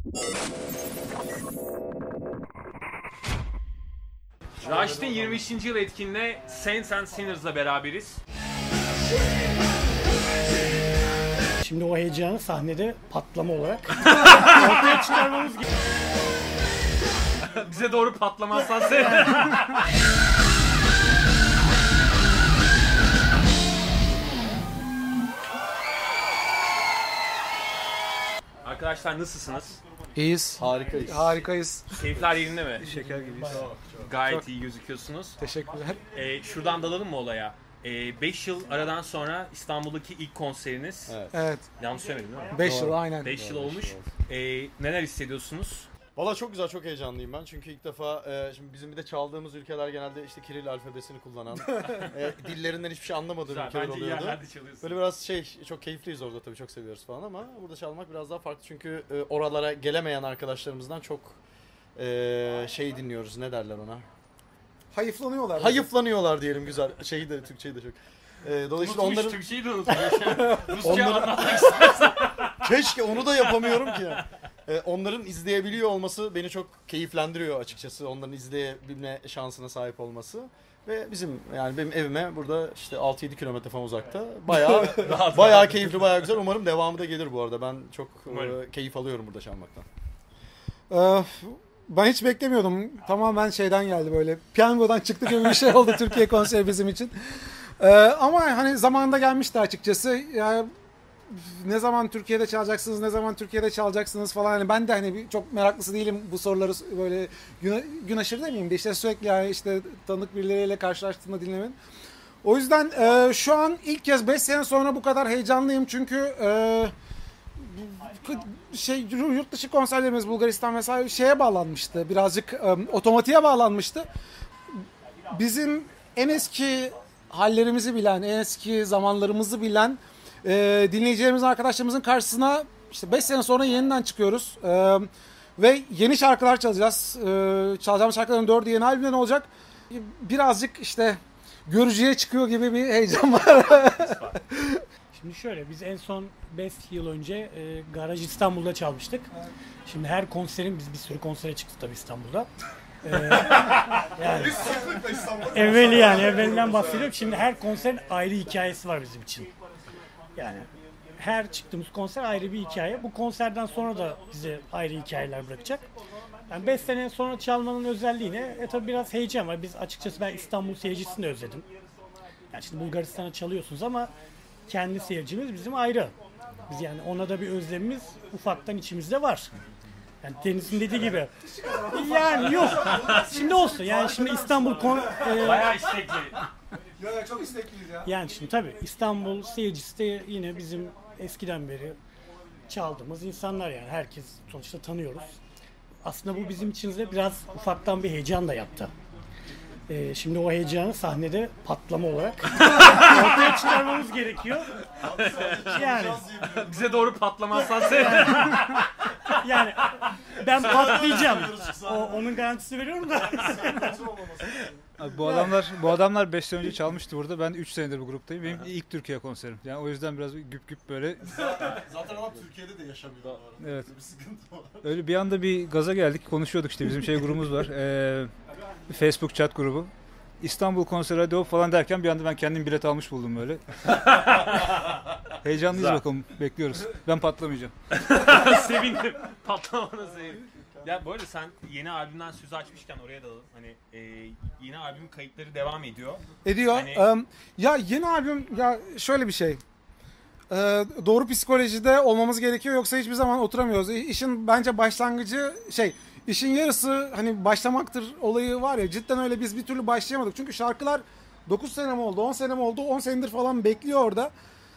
Rush'ın 25. yıl etkinliğine Saints and Sinners'la beraberiz. Şimdi o heyecanı sahnede patlama olarak ortaya çıkarmamız gerekiyor. Bize doğru patlamazsan sen. Arkadaşlar nasılsınız? İyiyiz. Harikayız. Harikayız. Keyifler yerinde mi? Şeker gibiyiz. Gayet iyi gözüküyorsunuz. Teşekkürler. Şuradan dalalım mı olaya? 5 yıl aradan sonra İstanbul'daki ilk konseriniz. Evet. Yanlış söylemedim değil mi? 5 yıl aynen. 5 yıl olmuş. Neler hissediyorsunuz? Valla çok güzel, çok heyecanlıyım ben. Çünkü ilk defa, şimdi bizim bir de çaldığımız ülkeler genelde işte Kiril alfabesini kullanan, dillerinden hiçbir şey anlamadığım Güzel, ülkeler bence iyi oluyordu. yerlerde çalıyorsun. Böyle biraz çok keyifliyiz orada tabii, çok seviyoruz falan ama burada çalmak biraz daha farklı. Çünkü oralara gelemeyen arkadaşlarımızdan çok dinliyoruz, ne derler ona? Hayıflanıyorlar. Hayıflanıyorlar diyelim, güzel. Türkçeyi de çok. Dolayısıyla onların... Türkçeyi de unutmuş. Rusça Onları- anlatmak istersen. Keşke, onu da yapamıyorum ki. Onların izleyebiliyor olması beni çok keyiflendiriyor açıkçası. Onların izleyebilme şansına sahip olması. Ve benim evime burada işte 6-7 kilometre falan uzakta. Bayağı keyifli, bayağı güzel. Umarım devamı da gelir bu arada. Ben çok keyif alıyorum burada çalmaktan. Ben hiç beklemiyordum. Tamamen şeyden geldi böyle. Piyangodan çıktı gibi bir şey oldu Türkiye konseri bizim için. Ama hani zamanında gelmişti açıkçası. Yani ne zaman Türkiye'de çalacaksınız, ne zaman Türkiye'de çalacaksınız falan. Hani ben de hani çok meraklısı değilim bu soruları böyle gün aşırı demeyeyim de işte sürekli yani işte tanıdık birileriyle karşılaştığımda dinlemenin. O yüzden şu an ilk kez 5 sene sonra bu kadar heyecanlıyım çünkü yurt dışı konserlerimiz Bulgaristan vesaire şeye bağlanmıştı. Birazcık otomatiğe bağlanmıştı. Bizim en eski hallerimizi bilen, en eski zamanlarımızı bilen dinleyicilerimiz, arkadaşlarımızın karşısına işte 5 sene sonra yeniden çıkıyoruz. Ve yeni şarkılar çalacağız. Çalacağımız şarkıların 4'ü yeni albümden olacak. Birazcık işte görücüye çıkıyor gibi bir heyecan var. Şimdi şöyle, biz en son 5 yıl önce Garaj İstanbul'da çalmıştık. Şimdi her konserin, biz bir sürü konsere çıktık tabii İstanbul'da. Yani evvelinden bahsediyorum. Şimdi her konserin ayrı hikayesi var bizim için. Yani her çıktığımız konser ayrı bir hikaye. Bu konserden sonra da bize ayrı hikayeler bırakacak. Yani 5 sene sonra çalmanın özelliği ne? Tabii biraz heyecan var. Biz açıkçası ben İstanbul seyircisini de özledim. Yani şimdi Bulgaristan'a çalıyorsunuz ama kendi seyircimiz bizim ayrı. Biz yani ona da bir özlemimiz ufaktan içimizde var. Yani Deniz'in dediği gibi. Yani yok. Şimdi olsun. Yani şimdi İstanbul Bayağı istekli. Çok istekliyiz ya. yani şimdi tabii İstanbul seyircisi de yine bizim eskiden beri çaldığımız insanlar yani. Herkes sonuçta tanıyoruz. Aslında bu bizim için de biraz ufaktan bir heyecan da yaptı. Şimdi o heyecanı sahnede patlama olarak ortaya çıkarmamız gerekiyor. Yani Bize doğru patlamazsan sen. yani ben patlayacağım. Onun garantisini veriyorum da. Abi bu adamlar 5 sene önce çalmıştı burada. Ben 3 senedir bu gruptayım. Benim ilk Türkiye konserim. Yani o yüzden biraz güp güp böyle. Zaten adam Türkiye'de de yaşamıyor bu arada. Evet. Bir sıkıntı var. Öyle bir anda bir gaza geldik. Konuşuyorduk işte. Bizim grubumuz var. Bir Facebook chat grubu. İstanbul konseri hadi hop falan derken bir anda ben kendim bilet almış buldum böyle. Heyecanlıyız Güzel. bakalım. Bekliyoruz. Ben patlamayacağım. Sevindim. Patlamanı sevindim. Ya bu arada sen yeni albümden söz açmışken oraya dalalım. Hani yeni albüm kayıtları devam ediyor. Ediyor. Hani- Ya yeni albüm ya şöyle bir şey. Doğru psikolojide olmamız gerekiyor yoksa hiçbir zaman oturamıyoruz. İşin bence başlangıcı işin yarısı hani başlamaktır olayı var ya, cidden öyle biz bir türlü başlayamadık. Çünkü şarkılar 9 sene mi oldu, 10 sene mi oldu, 10 senedir falan bekliyor orada.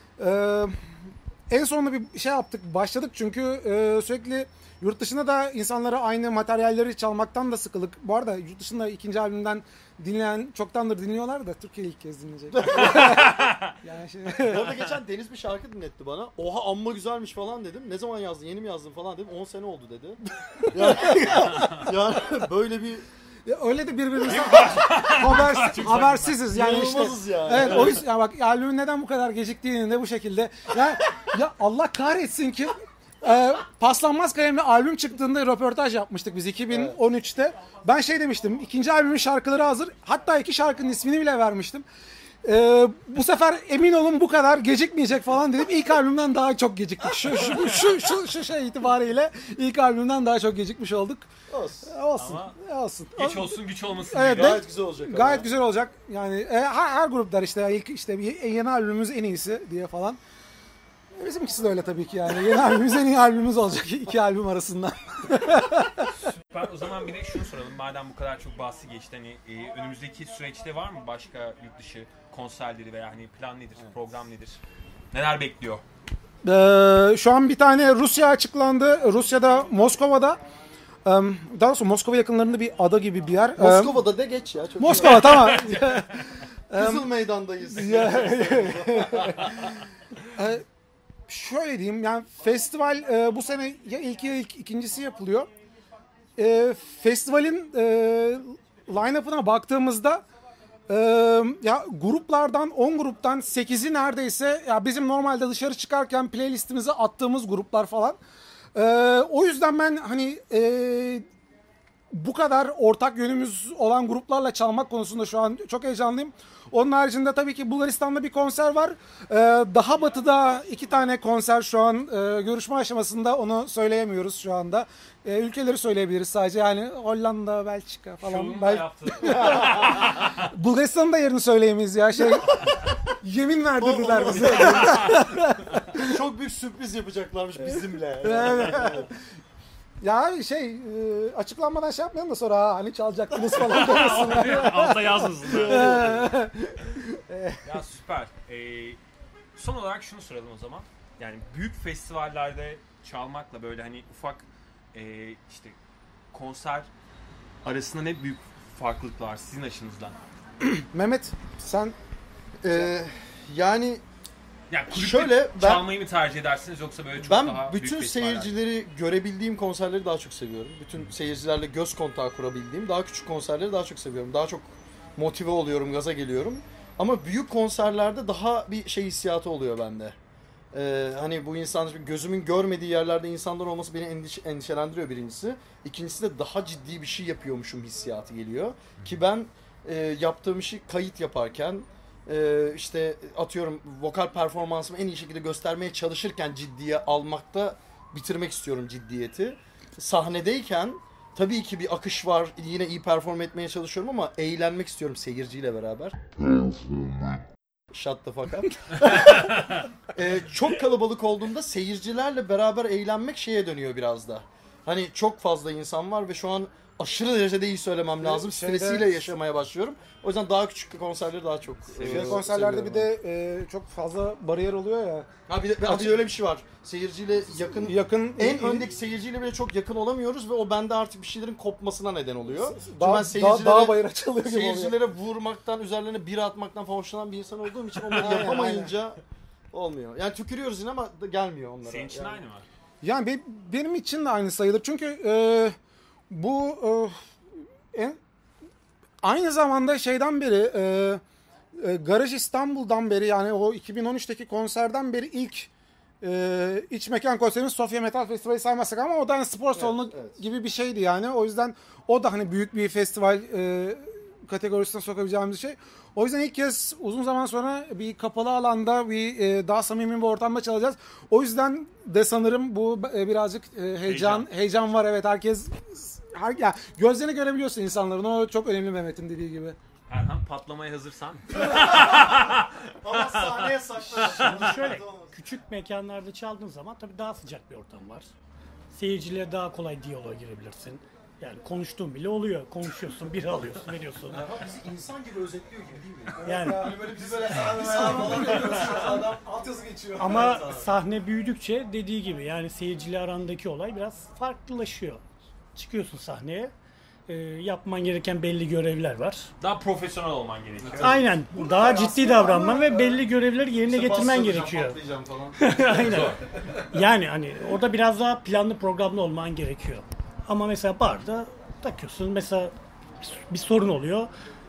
En sonunda bir şey yaptık, başladık çünkü sürekli yurt dışında da insanlara aynı materyalleri çalmaktan da sıkıldık. Bu arada yurt dışında ikinci albümden dinleyen çoktandır dinliyorlar da Türkiye'yi ilk kez dinleyecek. Yani Bu arada geçen Deniz bir şarkı dinletti bana. Oha amma güzelmiş falan dedim. Ne zaman yazdın, yeni mi yazdın falan dedim. 10 sene oldu dedi. Yani böyle bir... Ya öyle de birbirimizden habersiziz yani işte. İnanılmazız yani. Evet, o yüzden bak albümün neden bu kadar geciktiğini de bu şekilde. Ya Allah kahretsin ki Paslanmaz Kalem'le albüm çıktığında röportaj yapmıştık biz 2013'te. Ben şey demiştim, ikinci albümün şarkıları hazır. Hatta 2 şarkının ismini bile vermiştim. Bu sefer emin olun bu kadar gecikmeyecek falan dedim. İlk albümden daha çok geciktik. Şu şey itibariyle ilk albümden daha çok gecikmiş olduk. Olsun. Geç olsun güç olmasın. Evet, Gayet güzel olacak. Gayet güzel olacak. Yani her gruplar işte ilk işte yeni albümümüz en iyisi diye falan. Bizimkisi de öyle tabii ki yani. Yeni albümümüz en iyi albümümüz olacak 2 albüm arasından. Süper. O zaman bir de şunu soralım. Madem bu kadar çok bahsi geçti, hani önümüzdeki süreçte var mı başka yurt dışı konserleri veya hani plan nedir, program nedir? Neler bekliyor? Şu an bir tane Rusya açıklandı. Rusya'da, Moskova'da. Daha doğrusu Moskova yakınlarında bir ada gibi bir yer. Moskova'da de geç ya. Çok Moskova tamam. Kızıl Meydan'dayız. Şöyle diyeyim yani festival bu sene ya ilk ya ikincisi yapılıyor. Festivalin line-up'ına baktığımızda ya gruplardan 10 gruptan 8'i neredeyse ya bizim normalde dışarı çıkarken playlistimize attığımız gruplar falan. O yüzden ben hani bu kadar ortak yönümüz olan gruplarla çalmak konusunda şu an çok heyecanlıyım. Onun haricinde tabii ki Bulgaristan'da bir konser var. Daha batıda 2 tane konser şu an görüşme aşamasında, onu söyleyemiyoruz şu anda. Ülkeleri söyleyebiliriz sadece, yani Hollanda, Belçika falan. Şovunu da yaptın. Bulgaristan'ın da yerini söyleyemeyiz ya. Yemin verdirdiler bize. Çok büyük sürpriz yapacaklarmış bizimle. Ya açıklanmadan şey yapmayalım da sonra hani çalacaktınız falan demesin. Altta yazmasın. Ya süper. Son olarak şunu soralım o zaman. Yani büyük festivallerde çalmakla böyle hani ufak işte konser arasında ne büyük farklılıklar var sizin açınızdan? Mehmet sen Yani şöyle çalmayı mı tercih edersiniz yoksa böyle çok daha ben bütün büyük festivaller? seyircileri görebildiğim konserleri daha çok seviyorum. Bütün seyircilerle göz kontağı kurabildiğim daha küçük konserleri daha çok seviyorum. Daha çok motive oluyorum, gaza geliyorum. Ama büyük konserlerde daha bir şey hissiyatı oluyor bende. Hani bu insan, gözümün görmediği yerlerde insanlar olması beni endişelendiriyor birincisi. İkincisi de daha ciddi bir şey yapıyormuşum hissiyatı geliyor. Ki ben yaptığım işi kayıt yaparken işte atıyorum vokal performansımı en iyi şekilde göstermeye çalışırken ciddiye almakta bitirmek istiyorum ciddiyeti. Sahnedeyken tabii ki bir akış var, yine iyi perform etmeye çalışıyorum ama eğlenmek istiyorum seyirciyle beraber. Shut the fuck up. Çok kalabalık olduğunda seyircilerle beraber eğlenmek şeye dönüyor biraz da. Hani çok fazla insan var ve şu an aşırı derecede iyi söylemem lazım. Stresiyle yaşamaya başlıyorum. O yüzden daha küçük konserleri daha çok konserlerde bir de çok fazla bariyer oluyor ya. Ha bir de öyle bir şey var. Seyirciyle yakın en öndeki seyirciyle bile çok yakın olamıyoruz ve o bende artık bir şeylerin kopmasına neden oluyor. Daha bayır açılıyor gibi oluyor. Seyircilere vurmaktan, üzerlerine bira atmaktan falan hoşlanan bir insan olduğum için onları yapamayınca olmuyor. Yani tükürüyoruz yine ama gelmiyor onlara. Senin için aynı mı? Yani benim için de aynı sayılır. Çünkü bu aynı zamanda şeyden beri Garaj İstanbul'dan beri, yani o 2013'teki konserden beri ilk iç mekan konserimiz Sofya Metal Festivali saymazsak, ama o da hani spor salonu gibi bir şeydi yani. O yüzden o da hani büyük bir festival kategorisine sokabileceğimiz bir şey. O yüzden ilk kez uzun zaman sonra bir kapalı alanda bir daha samimi bir ortamda çalacağız. O yüzden de sanırım bu birazcık heyecan var. Evet, herkes ya gözlerini görebiliyorsun insanların. O çok önemli, Mehmet'in dediği gibi. Erhan, patlamaya hazırsan. Ama sahneye saklanır. Şöyle küçük mekanlarda çaldığın zaman tabii daha sıcak bir ortam var. Seyirciyle daha kolay diyaloğa girebilirsin. Yani konuştuğun bile oluyor. Konuşuyorsun, biri alıyorsun, veriyorsun. Bizi insan gibi özetliyor gibi değil mi? Yani Böyle bizi böyle falan yapıyoruz. Adam altyazı geçiyor. ama sahne büyüdükçe dediği gibi yani seyirciyle arandaki olay biraz farklılaşıyor. Çıkıyorsun sahneye. Yapman gereken belli görevler var. Daha profesyonel olman gerekiyor. Aynen. Daha ciddi davranman ve belli görevleri yerine getirmen gerekiyor. Aynen. Yani hani orada biraz daha planlı programlı olman gerekiyor. Ama mesela barda takıyorsun. Mesela bir sorun oluyor.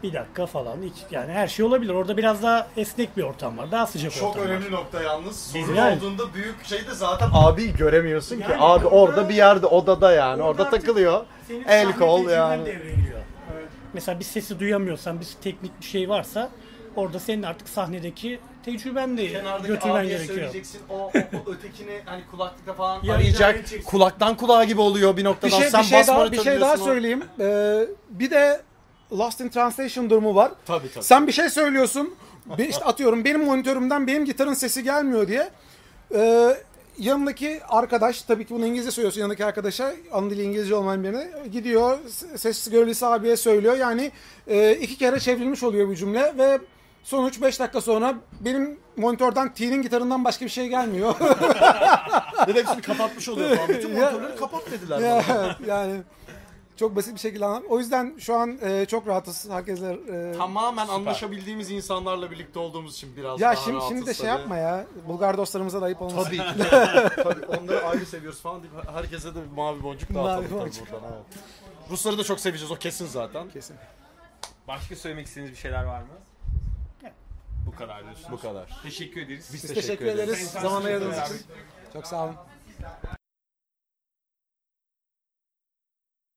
1 dakika falan. Yani her şey olabilir. Orada biraz daha esnek bir ortam var. Daha sıcak Çok ortam var. önemli nokta yalnız. Sorun Yani. olduğunda büyük şeyde zaten abiyi göremiyorsun ki. Abi orada bir yerde odada yani. Orada takılıyor. Senin El sahne kol tecrüben yani. devreye giriyor. Mesela bir sesi duyamıyorsan, bir teknik bir şey varsa orada senin artık sahnedeki tecrüben de Kenardaki götürmen abiye gerekiyor. söyleyeceksin. O ötekini hani kulaklıkta falan Ya, arayacak. arayacak. Kulaktan kulağa gibi oluyor bir noktadan. Sen bir şey bas daha monitörlüyorsun o. söyleyeyim. Bir de Lost in Translation durumu var. Tabii. Sen bir şey söylüyorsun. İşte atıyorum benim monitörümden benim gitarın sesi gelmiyor diye. Yanındaki arkadaş, tabii ki bunu İngilizce söylüyorsun yanındaki arkadaşa, ana dili İngilizce olmayan birine, gidiyor ses görevlisi abiye söylüyor. Yani 2 kere çevrilmiş oluyor bu cümle ve sonuç 5 dakika sonra benim monitörden T'nin gitarından başka bir şey gelmiyor. Ve de hepsini kapatmış oluyor falan. Bütün monitörleri kapat dediler bana. Yani çok basit bir şekilde anlam. O yüzden şu an çok rahatız. Herkesler Tamamen anlaşabildiğimiz insanlarla birlikte olduğumuz için biraz ya daha şimdi rahatız de şey tabii. yapma ya. Bulgar dostlarımıza da ayıp olmasın. Tabii ki. Tabii onları ayrı seviyoruz falan deyip herkese de bir mavi boncuk dağıtalım Mavi tabii boncuk. buradan. Evet. Rusları da çok seveceğiz, o kesin zaten. Kesin. Başka söylemek istediğiniz bir şeyler var mı? Bu kadar diyorsunuz. Bu kadar. Teşekkür ederiz. Biz teşekkür ederiz. Zaman ayırdığınız için. Çok sağ olun.